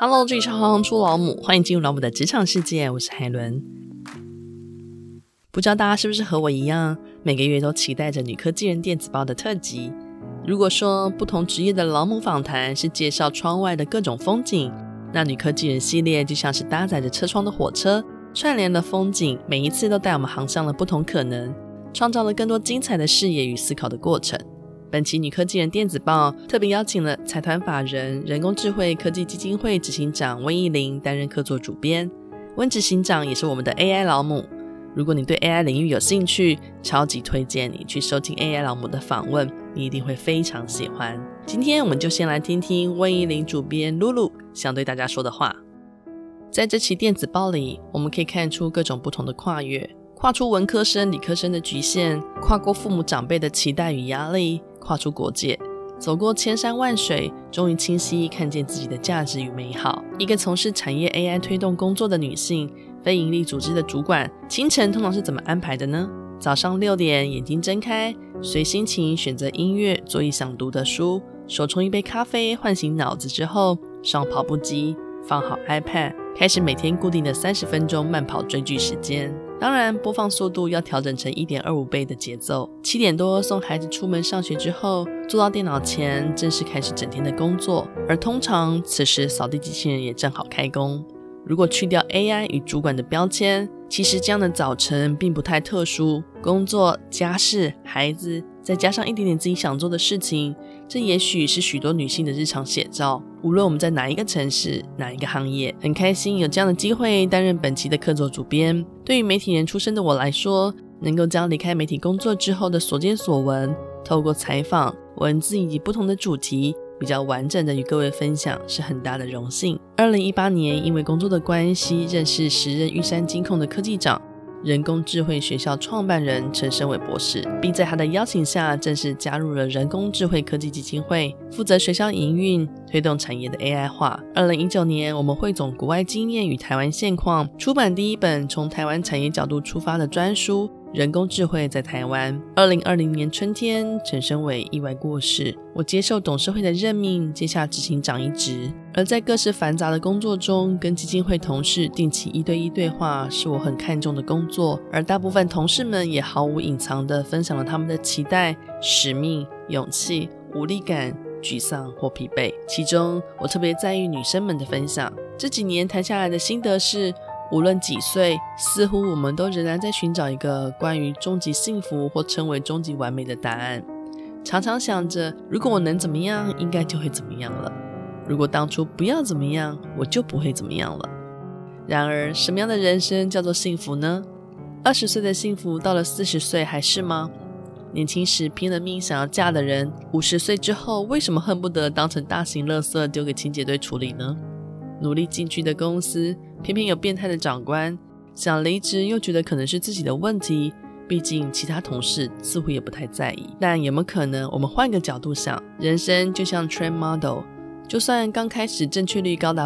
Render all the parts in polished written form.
Hello， 这里是行行出老母，欢迎进入老母的职场世界，我是海伦。不知道大家是不是和我一样，每个月都期待着女科技人电子报的特辑。如果说不同职业的老母访谈是介绍窗外的各种风景，那女科技人系列就像是搭载着车窗的火车，串联了风景，每一次都带我们航向了不同可能，创造了更多精彩的视野与思考的过程。本期女科技人电子报特别邀请了财团法人人工智慧科技基金会执行长温义玲担任客座主编。温执行长也是我们的 AI 老母，如果你对 AI 领域有兴趣，超级推荐你去收听 AI 老母的访问，你一定会非常喜欢。今天我们就先来听听温义玲主编露露想对大家说的话。在这期电子报里，我们可以看出各种不同的跨越，跨出文科生理科生的局限，跨过父母长辈的期待与压力，跨出国界，走过千山万水，终于清晰看见自己的价值与美好。一个从事产业 AI 推动工作的女性，非营利组织的主管，清晨通常是怎么安排的呢？早上6点眼睛睁开，随心情选择音乐，做一想读的书，手冲一杯咖啡唤醒脑子之后，上跑步机，放好 iPad， 开始每天固定的30分钟慢跑追剧时间。当然播放速度要调整成 1.25 倍的节奏。7点多送孩子出门上学之后，坐到电脑前正式开始整天的工作，而通常此时扫地机器人也正好开工。如果去掉 AI 与主管的标签，其实这样的早晨并不太特殊，工作、家事、孩子，再加上一点点自己想做的事情，这也许是许多女性的日常写照。无论我们在哪一个城市，哪一个行业，很开心有这样的机会担任本期的客座主编。对于媒体人出身的我来说，能够将离开媒体工作之后的所见所闻，透过采访、文字以及不同的主题，比较完整的与各位分享，是很大的荣幸。2018年因为工作的关系，认识时任玉山金控的科技长、人工智慧学校创办人陈升伟博士，并在他的邀请下正式加入了人工智慧科技基金会，负责学校营运，推动产业的 AI 化。2019年，我们汇总国外经验与台湾现况，出版第一本从台湾产业角度出发的专书《人工智慧在台湾》。2020年春天，陈升伟意外过世，我接受董事会的任命，接下执行长一职。而在各式繁杂的工作中，跟基金会同事定期1对1对话，是我很看重的工作。而大部分同事们也毫无隐藏地分享了他们的期待、使命、勇气、无力感、沮丧或疲惫。其中，我特别在意女生们的分享。这几年谈下来的心得是，无论几岁，似乎我们都仍然在寻找一个关于终极幸福或称为终极完美的答案。常常想着，如果我能怎么样，应该就会怎么样了。如果当初不要怎么样，我就不会怎么样了。然而，什么样的人生叫做幸福呢？20岁的幸福到了40岁还是吗？年轻时拼了命想要嫁的人，50岁之后为什么恨不得当成大型垃圾丢给清洁队处理呢？努力进去的公司，偏偏有变态的长官，想离职又觉得可能是自己的问题，毕竟其他同事似乎也不太在意。但有没有可能我们换个角度想，人生就像 train model， 就算刚开始正确率高达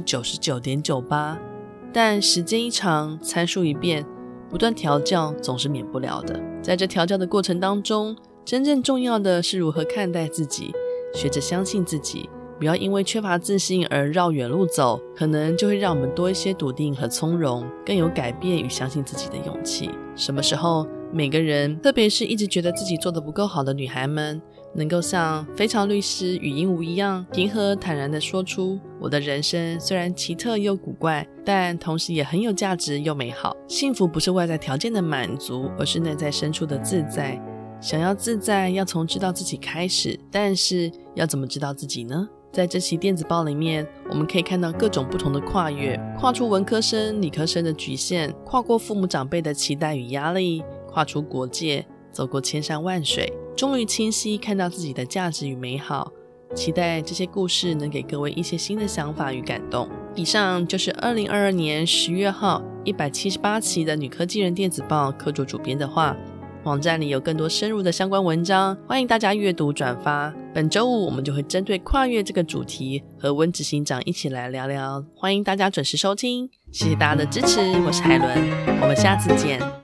99.98%， 但时间一长，参数一变，不断调教总是免不了的。在这调教的过程当中，真正重要的是如何看待自己，学着相信自己，不要因为缺乏自信而绕远路走，可能就会让我们多一些笃定和从容，更有改变与相信自己的勇气。什么时候每个人，特别是一直觉得自己做得不够好的女孩们，能够像非常律师与鹦鹉一样，平和坦然地说出，我的人生虽然奇特又古怪，但同时也很有价值又美好。幸福不是外在条件的满足，而是内在深处的自在。想要自在，要从知道自己开始，但是要怎么知道自己呢？在这期电子报里面，我们可以看到各种不同的跨越，跨出文科生、理科生的局限，跨过父母长辈的期待与压力，跨出国界，走过千山万水，终于清晰看到自己的价值与美好。期待这些故事能给各位一些新的想法与感动。以上就是2022年10月号178期的女科技人电子报客座主编的话。网站里有更多深入的相关文章，欢迎大家阅读转发。本周五我们就会针对跨越这个主题和温执行长一起来聊聊，欢迎大家准时收听，谢谢大家的支持，我是海伦，我们下次见。